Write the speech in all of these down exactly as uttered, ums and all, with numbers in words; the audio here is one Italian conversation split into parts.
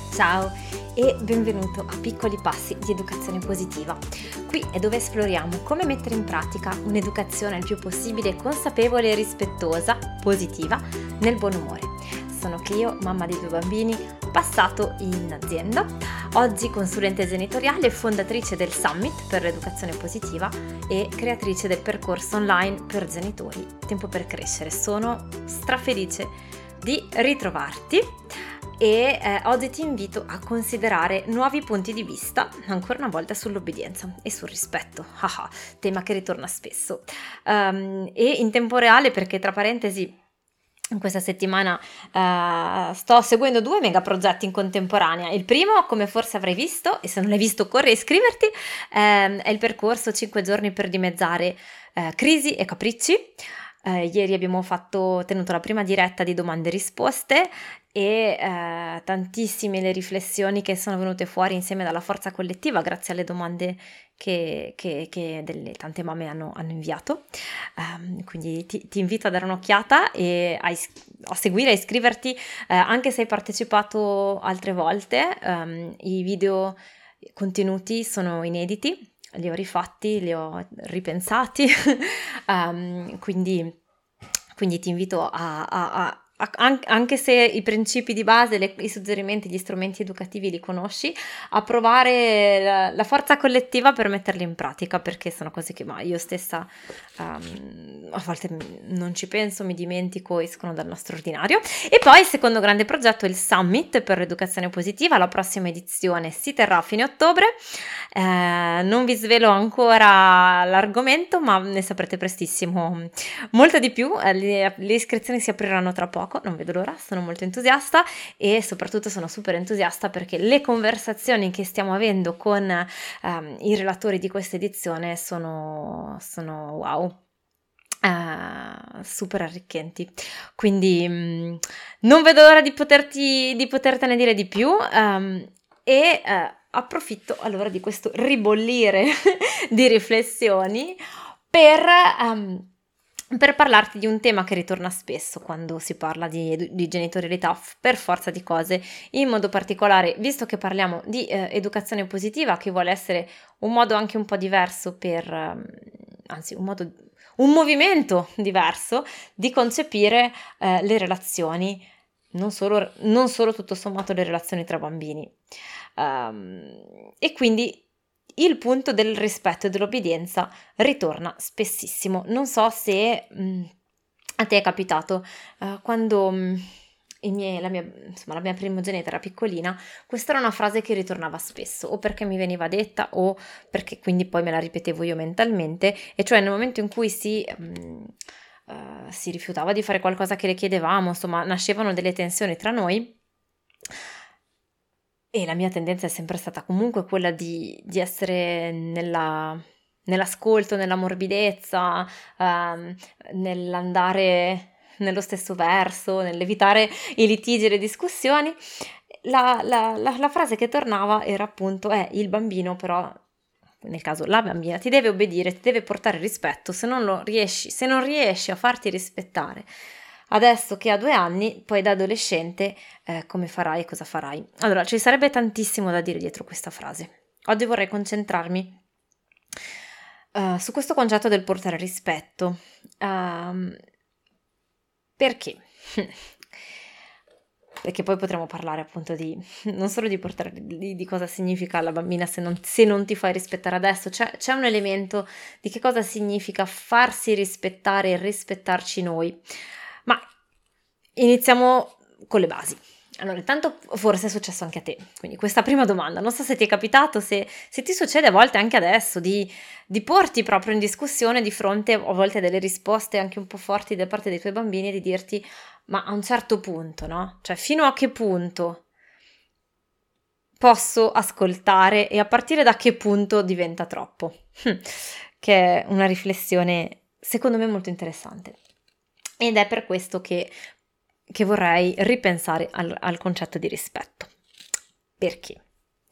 Ciao e benvenuto a Piccoli Passi di Educazione Positiva. Qui è dove esploriamo come mettere in pratica un'educazione il più possibile consapevole e rispettosa, positiva, nel buon umore. Sono Clio, mamma di due bambini, passato in azienda, oggi consulente genitoriale e fondatrice del Summit per l'educazione positiva e creatrice del percorso online per genitori Tempo per Crescere. Sono strafelice di ritrovarti e eh, oggi ti invito a considerare nuovi punti di vista, ancora una volta sull'obbedienza e sul rispetto, haha, tema che ritorna spesso, um, e in tempo reale perché, tra parentesi, in questa settimana uh, sto seguendo due mega progetti in contemporanea. Il primo, come forse avrai visto, e se non l'hai visto corri a iscriverti, ehm, è il percorso cinque giorni per dimezzare eh, crisi e capricci. Uh, ieri abbiamo fatto, tenuto la prima diretta di domande e risposte e uh, tantissime le riflessioni che sono venute fuori insieme dalla forza collettiva grazie alle domande che, che, che delle tante mamme hanno, hanno inviato. Um, quindi ti, ti invito a dare un'occhiata e a, is- a seguire, a iscriverti, uh, anche se hai partecipato altre volte. Um, i video contenuti sono inediti, li ho rifatti, li ho ripensati, um, quindi, quindi ti invito a, a, a, a, anche se i principi di base, le, i suggerimenti, gli strumenti educativi li conosci, a provare la, la forza collettiva per metterli in pratica, perché sono cose che ma io stessa um, a volte non ci penso, mi dimentico, escono dal nostro ordinario. E poi il secondo grande progetto è il Summit per l'educazione positiva. La prossima edizione si terrà a fine ottobre. Eh, non vi svelo ancora l'argomento, ma ne saprete prestissimo molto di più. Eh, le, le iscrizioni si apriranno tra poco, non vedo l'ora, sono molto entusiasta e soprattutto sono super entusiasta perché le conversazioni che stiamo avendo con ehm, i relatori di questa edizione sono, sono wow. Uh, super arricchenti, quindi mh, non vedo l'ora di poterti di potertene dire di più, um, e uh, approfitto allora di questo ribollire di riflessioni per, um, per parlarti di un tema che ritorna spesso quando si parla di, di genitorialità, per forza di cose, in modo particolare, visto che parliamo di uh, educazione positiva, che vuole essere un modo anche un po' diverso per, um, anzi un modo un movimento diverso di concepire eh, le relazioni, non solo, non solo tutto sommato le relazioni tra bambini. Um, e quindi il punto del rispetto e dell'obbedienza ritorna spessissimo. Non so se mh, a te è capitato uh, quando... Mh, I miei, la, mia, insomma, la mia primogenita era piccolina, questa era una frase che ritornava spesso, o perché mi veniva detta o perché quindi poi me la ripetevo io mentalmente, e cioè nel momento in cui si, um, uh, si rifiutava di fare qualcosa che le chiedevamo, insomma nascevano delle tensioni tra noi e la mia tendenza è sempre stata comunque quella di, di essere nella, nell'ascolto, nella morbidezza, um, nell'andare nello stesso verso, nell'evitare i litigi e le discussioni. La, la, la, la frase che tornava era appunto eh, il bambino però, nel caso la bambina, ti deve obbedire, ti deve portare rispetto, se non lo riesci, se non riesci a farti rispettare adesso che ha due anni, poi da adolescente eh, come farai e cosa farai? Allora, ci sarebbe tantissimo da dire dietro questa frase. Oggi vorrei concentrarmi uh, su questo concetto del portare rispetto. Um, Perché? Perché poi potremo parlare appunto di non solo di portare di, di cosa significa la bambina se non, se non ti fai rispettare adesso, c'è, c'è un elemento di che cosa significa farsi rispettare e rispettarci noi. Ma iniziamo con le basi. Allora, intanto forse è successo anche a te, quindi questa prima domanda, non so se ti è capitato, se, se ti succede a volte anche adesso di, di porti proprio in discussione di fronte a volte a delle risposte anche un po' forti da parte dei tuoi bambini e di dirti ma a un certo punto, no? Cioè fino a che punto posso ascoltare e a partire da che punto diventa troppo? Che è una riflessione secondo me molto interessante ed è per questo che che vorrei ripensare al, al concetto di rispetto. Perché?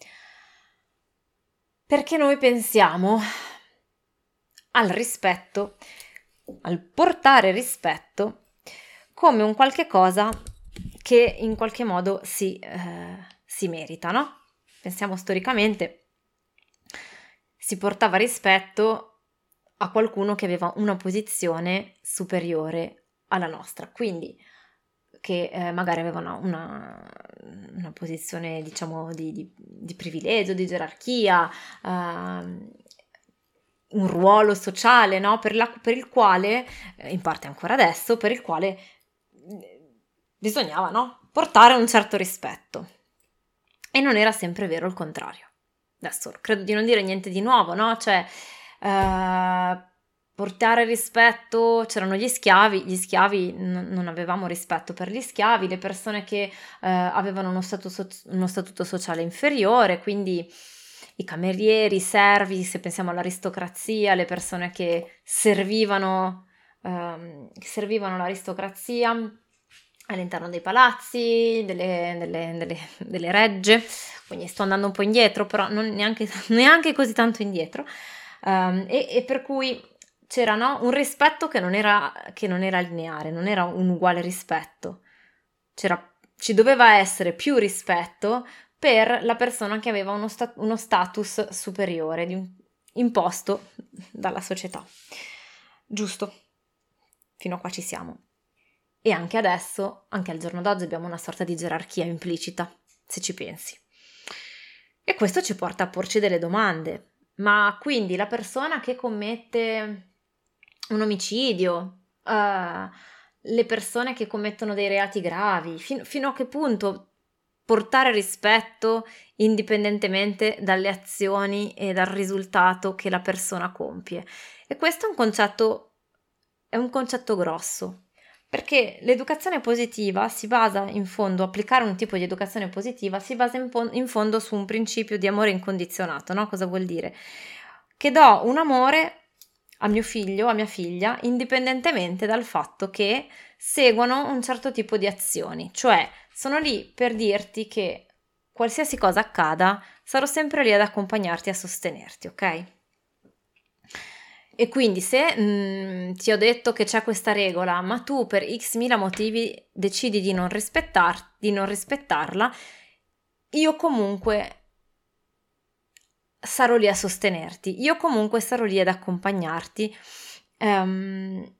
Perché noi pensiamo al rispetto, al portare rispetto, come un qualche cosa che in qualche modo si, eh, si merita, no? Pensiamo storicamente, si portava rispetto a qualcuno che aveva una posizione superiore alla nostra, quindi che eh, magari aveva una, una, una posizione, diciamo, di, di, di privilegio, di gerarchia, uh, un ruolo sociale, no? Per, la, per il quale, in parte ancora adesso, per il quale bisognava, no? Portare un certo rispetto. E non era sempre vero il contrario. Adesso credo di non dire niente di nuovo, no? Cioè, eh, portare rispetto, c'erano gli schiavi, gli schiavi n- non avevamo rispetto per gli schiavi, le persone che eh, avevano uno, statu- so- uno statuto sociale inferiore, quindi i camerieri, i servi, se pensiamo all'aristocrazia, le persone che servivano, ehm, che servivano l'aristocrazia all'interno dei palazzi, delle, delle, delle, delle regge, quindi sto andando un po' indietro, però non neanche, neanche così tanto indietro, um, e, e per cui c'era, no, un rispetto che non era, che non era lineare, non era un uguale rispetto, c'era, ci doveva essere più rispetto per la persona che aveva uno, sta- uno status superiore, di un, imposto dalla società. Giusto? Fino a qua ci siamo. E anche adesso, anche al giorno d'oggi, abbiamo una sorta di gerarchia implicita, se ci pensi. E questo ci porta a porci delle domande. Ma quindi la persona che commette un omicidio, uh, le persone che commettono dei reati gravi, fin- fino a che punto portare rispetto indipendentemente dalle azioni e dal risultato che la persona compie? E questo è un concetto, è un concetto grosso. Perché l'educazione positiva si basa in fondo, applicare un tipo di educazione positiva si basa in, po- in fondo su un principio di amore incondizionato, no? Cosa vuol dire? Che do un amore a mio figlio, a mia figlia, indipendentemente dal fatto che seguono un certo tipo di azioni, cioè sono lì per dirti che qualsiasi cosa accada, sarò sempre lì ad accompagnarti e a sostenerti, ok? E quindi se mh, ti ho detto che c'è questa regola, ma tu per x mila motivi decidi di non, rispettar- di non rispettarla, io comunque sarò lì a sostenerti, io comunque sarò lì ad accompagnarti, um,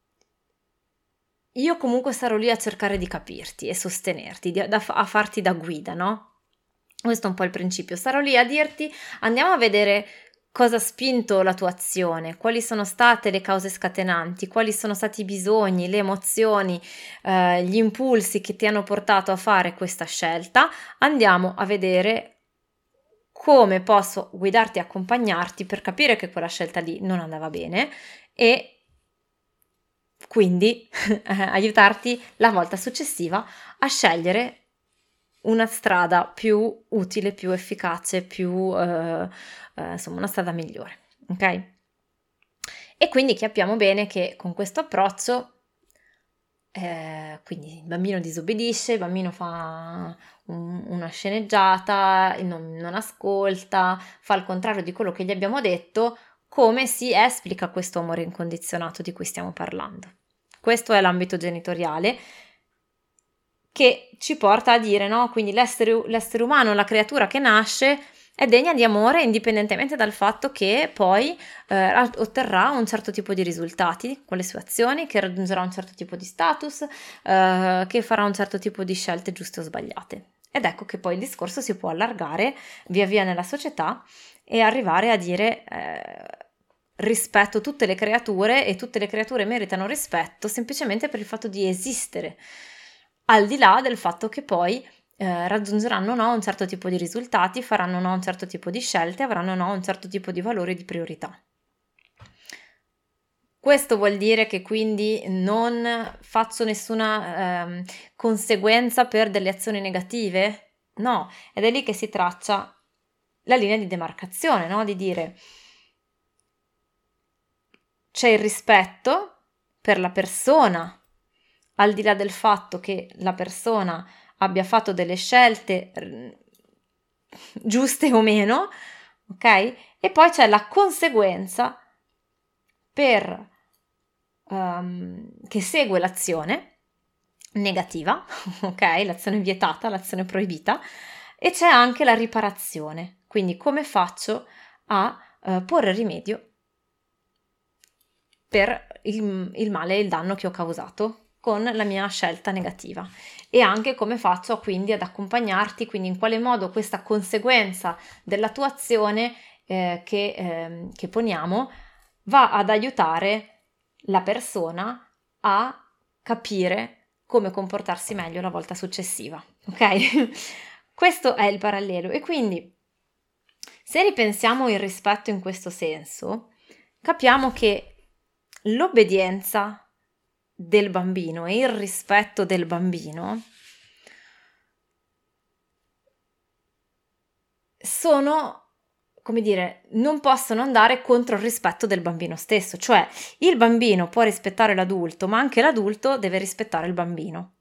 io comunque sarò lì a cercare di capirti e sostenerti, di, a, a farti da guida, no? Questo è un po' il principio, sarò lì a dirti andiamo a vedere cosa ha spinto la tua azione, quali sono state le cause scatenanti, quali sono stati i bisogni, le emozioni, eh, gli impulsi che ti hanno portato a fare questa scelta. Andiamo a vedere come posso guidarti e accompagnarti per capire che quella scelta lì non andava bene e quindi eh, aiutarti la volta successiva a scegliere una strada più utile, più efficace, più eh, eh, insomma una strada migliore, ok? E quindi capiamo bene che con questo approccio eh, quindi il bambino disobbedisce, il bambino fa un, una sceneggiata, non, non ascolta, fa il contrario di quello che gli abbiamo detto. Come si esplica questo amore incondizionato di cui stiamo parlando? Questo è l'ambito genitoriale che ci porta a dire, no? Quindi l'essere, l'essere umano, la creatura che nasce, è degna di amore indipendentemente dal fatto che poi eh, otterrà un certo tipo di risultati con le sue azioni, che raggiungerà un certo tipo di status, eh, che farà un certo tipo di scelte giuste o sbagliate. Ed ecco che poi il discorso si può allargare via via nella società e arrivare a dire eh, rispetto tutte le creature e tutte le creature meritano rispetto semplicemente per il fatto di esistere, al di là del fatto che poi eh, raggiungeranno no, un certo tipo di risultati, faranno no, un certo tipo di scelte, avranno no, un certo tipo di valori e di priorità. Questo vuol dire che quindi non faccio nessuna ehm, conseguenza per delle azioni negative? No, ed è lì che si traccia la linea di demarcazione, no? Di dire c'è il rispetto per la persona, al di là del fatto che la persona abbia fatto delle scelte giuste o meno, ok? E poi c'è la conseguenza per um, che segue l'azione negativa, ok? L'azione vietata, l'azione proibita, E c'è anche la riparazione, quindi come faccio a eh, porre rimedio per il, il male e il danno che ho causato con la mia scelta negativa, e anche come faccio quindi ad accompagnarti, quindi in quale modo questa conseguenza della tua azione eh, che, eh, che poniamo va ad aiutare la persona a capire come comportarsi meglio la volta successiva, ok? Questo è il parallelo, e quindi se ripensiamo il rispetto in questo senso, capiamo che l'obbedienza del bambino e il rispetto del bambino sono, come dire, non possono andare contro il rispetto del bambino stesso, cioè il bambino può rispettare l'adulto, ma anche l'adulto deve rispettare il bambino.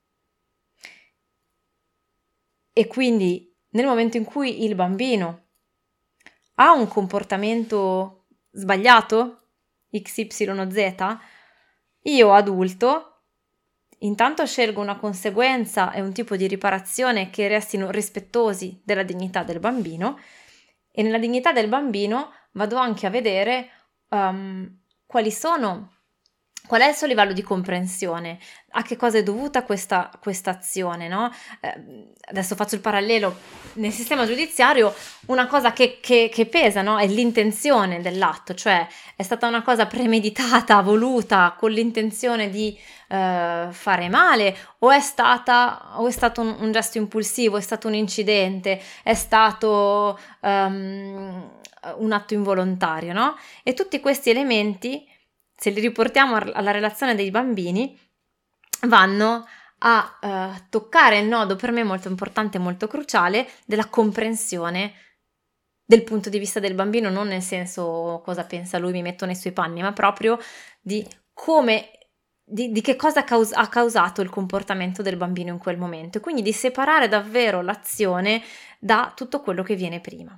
E quindi nel momento in cui il bambino ha un comportamento sbagliato, X Y Z, io adulto intanto scelgo una conseguenza e un tipo di riparazione che restino rispettosi della dignità del bambino, e nella dignità del bambino vado anche a vedere um, quali sono, qual è il suo livello di comprensione, a che cosa è dovuta questa, questa azione, no? Eh, adesso faccio il parallelo: nel sistema giudiziario una cosa che, che, che pesa, no? È l'intenzione dell'atto, cioè è stata una cosa premeditata, voluta, con l'intenzione di eh, fare male, o è stata o è stato un, un gesto impulsivo, è stato un incidente, è stato um, un atto involontario, no? E tutti questi elementi, se li riportiamo alla relazione dei bambini, vanno a uh, toccare il nodo per me molto importante e molto cruciale della comprensione del punto di vista del bambino, non nel senso cosa pensa lui, mi metto nei suoi panni, ma proprio di come, di, di che cosa caus- ha causato il comportamento del bambino in quel momento, e quindi di separare davvero l'azione da tutto quello che viene prima.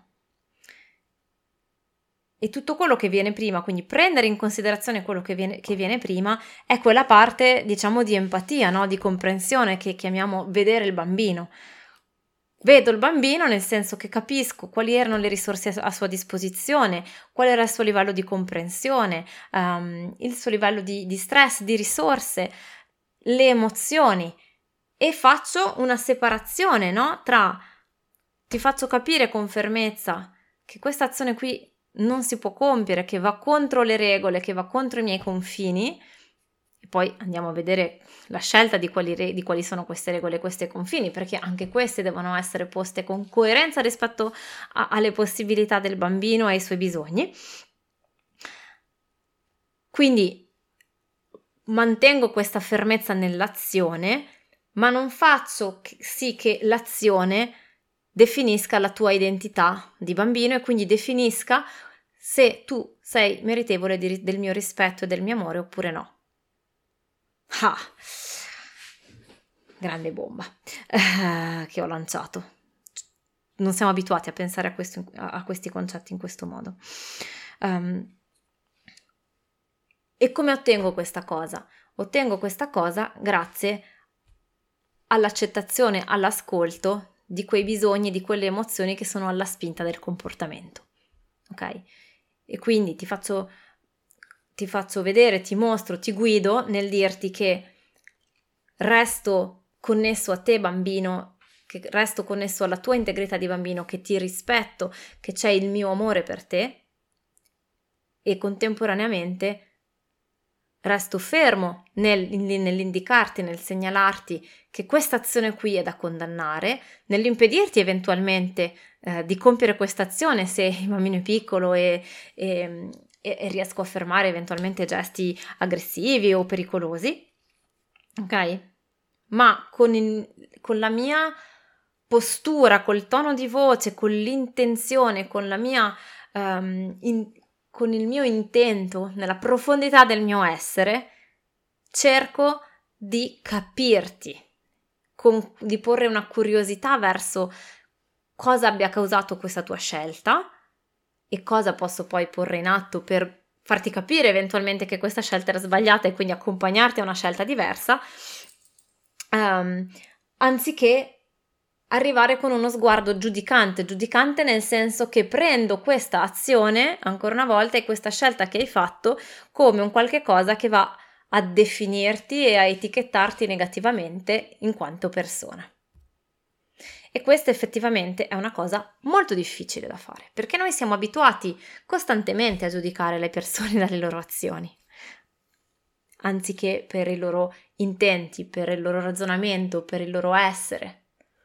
E tutto quello che viene prima, quindi prendere in considerazione quello che viene, che viene prima, è quella parte, diciamo, di empatia, no? Di comprensione, che chiamiamo vedere il bambino. Vedo il bambino nel senso che capisco quali erano le risorse a sua disposizione, qual era il suo livello di comprensione, um, il suo livello di, di stress, di risorse, le emozioni, e faccio una separazione, no? Tra ti faccio capire con fermezza che questa azione qui non si può compiere, che va contro le regole, che va contro i miei confini, e poi andiamo a vedere la scelta di quali, re- di quali sono queste regole, questi confini, perché anche queste devono essere poste con coerenza rispetto a- alle possibilità del bambino e ai suoi bisogni. Quindi mantengo questa fermezza nell'azione, ma non faccio sì che l'azione definisca la tua identità di bambino, e quindi definisca se tu sei meritevole di, del mio rispetto e del mio amore oppure no. Ah, grande bomba eh, che ho lanciato. Non siamo abituati a pensare a, questo, a questi concetti in questo modo. Um, e come ottengo questa cosa? Ottengo questa cosa grazie all'accettazione, all'ascolto di quei bisogni, di quelle emozioni che sono alla spinta del comportamento, ok? E quindi ti faccio, ti faccio vedere, ti mostro, ti guido nel dirti che resto connesso a te bambino, che resto connesso alla tua integrità di bambino, che ti rispetto, che c'è il mio amore per te, e contemporaneamente resto fermo nel, nell'indicarti, nel segnalarti che questa azione qui è da condannare, nell'impedirti eventualmente eh, di compiere questa azione se il bambino è piccolo e, e, e riesco a fermare eventualmente gesti aggressivi o pericolosi, ok? Ma con, il, con la mia postura, col tono di voce, con l'intenzione, con la mia um, in, con il mio intento, nella profondità del mio essere, cerco di capirti, con, di porre una curiosità verso cosa abbia causato questa tua scelta e cosa posso poi porre in atto per farti capire eventualmente che questa scelta era sbagliata e quindi accompagnarti a una scelta diversa, um, anziché arrivare con uno sguardo giudicante, giudicante nel senso che prendo questa azione, ancora una volta, e questa scelta che hai fatto come un qualche cosa che va a definirti e a etichettarti negativamente in quanto persona. E questa effettivamente è una cosa molto difficile da fare, perché noi siamo abituati costantemente a giudicare le persone dalle loro azioni, anziché per i loro intenti, per il loro ragionamento, per il loro essere.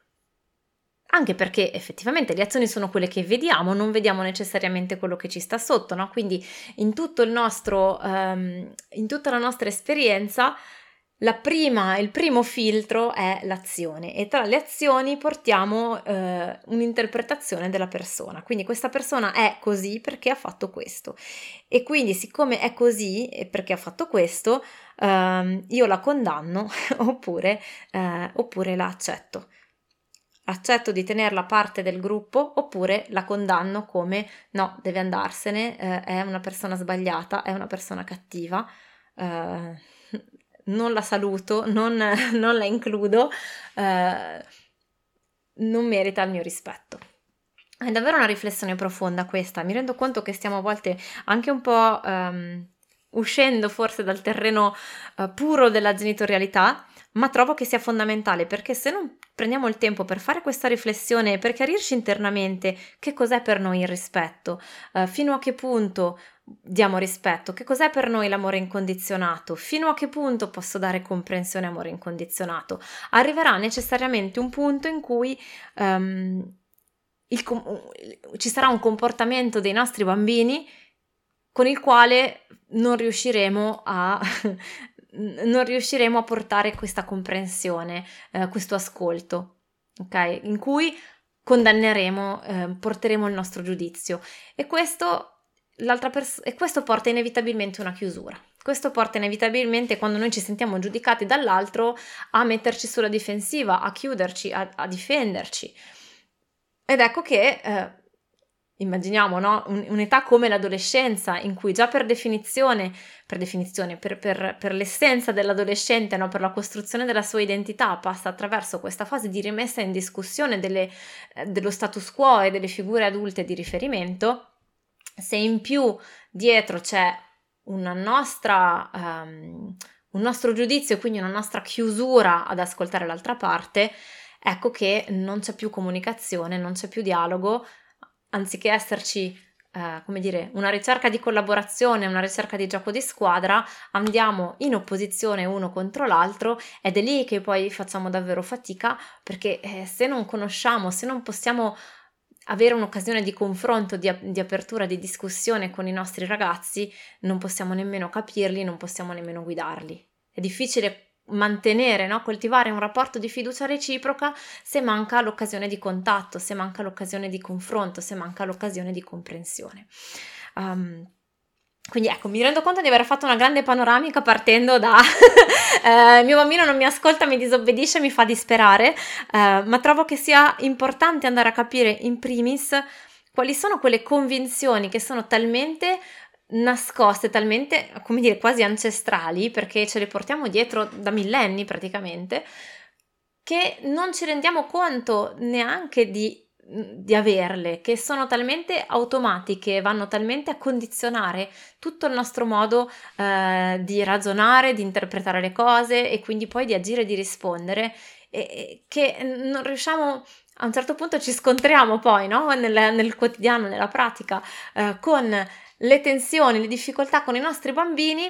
Anche perché effettivamente le azioni sono quelle che vediamo, non vediamo necessariamente quello che ci sta sotto, no? Quindi in tutto il nostro, um, in tutta la nostra esperienza, la prima, il primo filtro è l'azione, e tra le azioni portiamo eh, un'interpretazione della persona. Quindi questa persona è così perché ha fatto questo, e quindi siccome è così e perché ha fatto questo, ehm, io la condanno oppure, eh, oppure la accetto. Accetto di tenerla parte del gruppo oppure la condanno come no, deve andarsene, eh, è una persona sbagliata, è una persona cattiva, eh, non la saluto, non, non la includo, eh, non merita il mio rispetto. È davvero una riflessione profonda questa, mi rendo conto che stiamo a volte anche un po' um, uscendo forse dal terreno uh, puro della genitorialità, ma trovo che sia fondamentale, perché se non prendiamo il tempo per fare questa riflessione, per chiarirci internamente che cos'è per noi il rispetto, uh, fino a che punto diamo rispetto, che cos'è per noi l'amore incondizionato, fino a che punto posso dare comprensione e amore incondizionato, arriverà necessariamente un punto in cui um, il, ci sarà un comportamento dei nostri bambini con il quale non riusciremo a non riusciremo a portare questa comprensione, eh, questo ascolto, ok? In cui condanneremo, eh, porteremo il nostro giudizio, e questo, l'altra pers- e questo porta inevitabilmente una chiusura. Questo porta inevitabilmente, quando noi ci sentiamo giudicati dall'altro, a metterci sulla difensiva, a chiuderci, a, a difenderci. Ed ecco che eh, immaginiamo, no? Un, un'età come l'adolescenza, in cui già per definizione, per definizione, per, per, per l'essenza dell'adolescente, no? Per la costruzione della sua identità, passa attraverso questa fase di rimessa in discussione delle, eh, dello status quo e delle figure adulte di riferimento. Se in più dietro c'è una nostra, um, un nostro giudizio, quindi una nostra chiusura ad ascoltare l'altra parte, ecco che non c'è più comunicazione, non c'è più dialogo. Anziché esserci, eh, come dire, una ricerca di collaborazione, una ricerca di gioco di squadra, andiamo in opposizione uno contro l'altro, ed è lì che poi facciamo davvero fatica, perché eh, se non conosciamo, se non possiamo avere un'occasione di confronto, di, di apertura, di discussione con i nostri ragazzi, non possiamo nemmeno capirli, non possiamo nemmeno guidarli. È difficile mantenere, no? Coltivare un rapporto di fiducia reciproca se manca l'occasione di contatto, se manca l'occasione di confronto, se manca l'occasione di comprensione. Um, quindi ecco, mi rendo conto di aver fatto una grande panoramica partendo da eh, mio bambino non mi ascolta, mi disobbedisce, mi fa disperare, eh, ma trovo che sia importante andare a capire in primis quali sono quelle convinzioni che sono talmente nascoste, talmente, come dire, quasi ancestrali, perché ce le portiamo dietro da millenni praticamente, che non ci rendiamo conto neanche di, di averle, che sono talmente automatiche, vanno talmente a condizionare tutto il nostro modo eh, di ragionare, di interpretare le cose e quindi poi di agire e di rispondere, e, e che non riusciamo. A un certo punto ci scontriamo poi, no? nel, nel quotidiano, nella pratica, eh, con le tensioni, le difficoltà con i nostri bambini,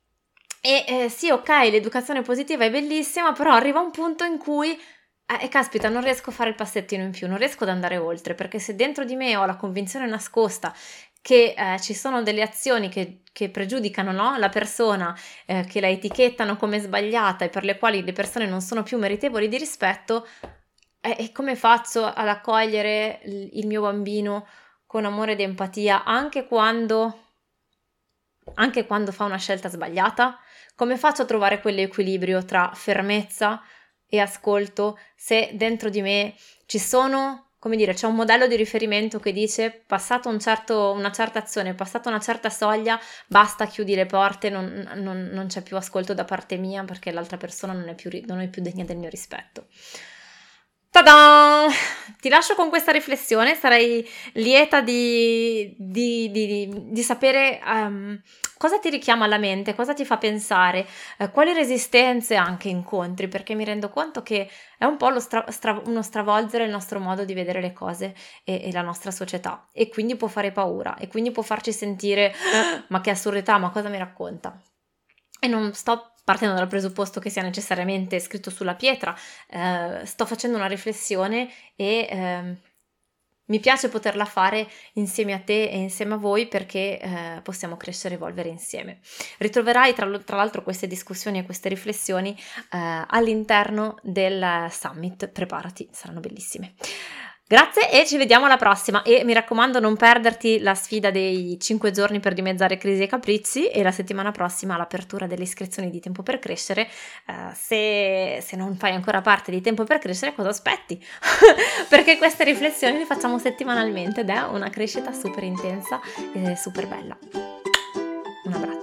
e eh, sì, ok, l'educazione positiva è bellissima, però arriva un punto in cui eh, caspita, non riesco a fare il passettino in più, non riesco ad andare oltre, perché se dentro di me ho la convinzione nascosta che eh, ci sono delle azioni che, che pregiudicano, no? la persona, eh, che la etichettano come sbagliata e per le quali le persone non sono più meritevoli di rispetto, eh, e come faccio ad accogliere il, il mio bambino con amore ed empatia anche quando, anche quando fa una scelta sbagliata? Come faccio a trovare quell'equilibrio tra fermezza e ascolto se dentro di me ci sono, come dire, c'è un modello di riferimento che dice passato un certo, una certa azione, passata una certa soglia, basta, chiudi le porte, non, non, non c'è più ascolto da parte mia perché l'altra persona non è più, non è più degna del mio rispetto. Ta-da! Ti lascio con questa riflessione, sarei lieta di, di, di, di sapere um, cosa ti richiama alla mente, cosa ti fa pensare, eh, quali resistenze anche incontri, perché mi rendo conto che è un po' lo stra- stra- uno stravolgere il nostro modo di vedere le cose e, e la nostra società, e quindi può fare paura, e quindi può farci sentire ma che assurdità, ma cosa mi racconta? E non sto partendo dal presupposto che sia necessariamente scritto sulla pietra, eh, sto facendo una riflessione e eh, mi piace poterla fare insieme a te e insieme a voi, perché eh, possiamo crescere e evolvere insieme. Ritroverai tra, tra l'altro queste discussioni e queste riflessioni eh, all'interno del summit, preparati, saranno bellissime. Grazie e ci vediamo alla prossima, e mi raccomando non perderti la sfida dei cinque giorni per dimezzare crisi e capricci, e la settimana prossima l'apertura delle iscrizioni di Tempo per Crescere. Uh, se, se non fai ancora parte di Tempo per Crescere, cosa aspetti? Perché queste riflessioni le facciamo settimanalmente ed è una crescita super intensa e super bella. Un abbraccio.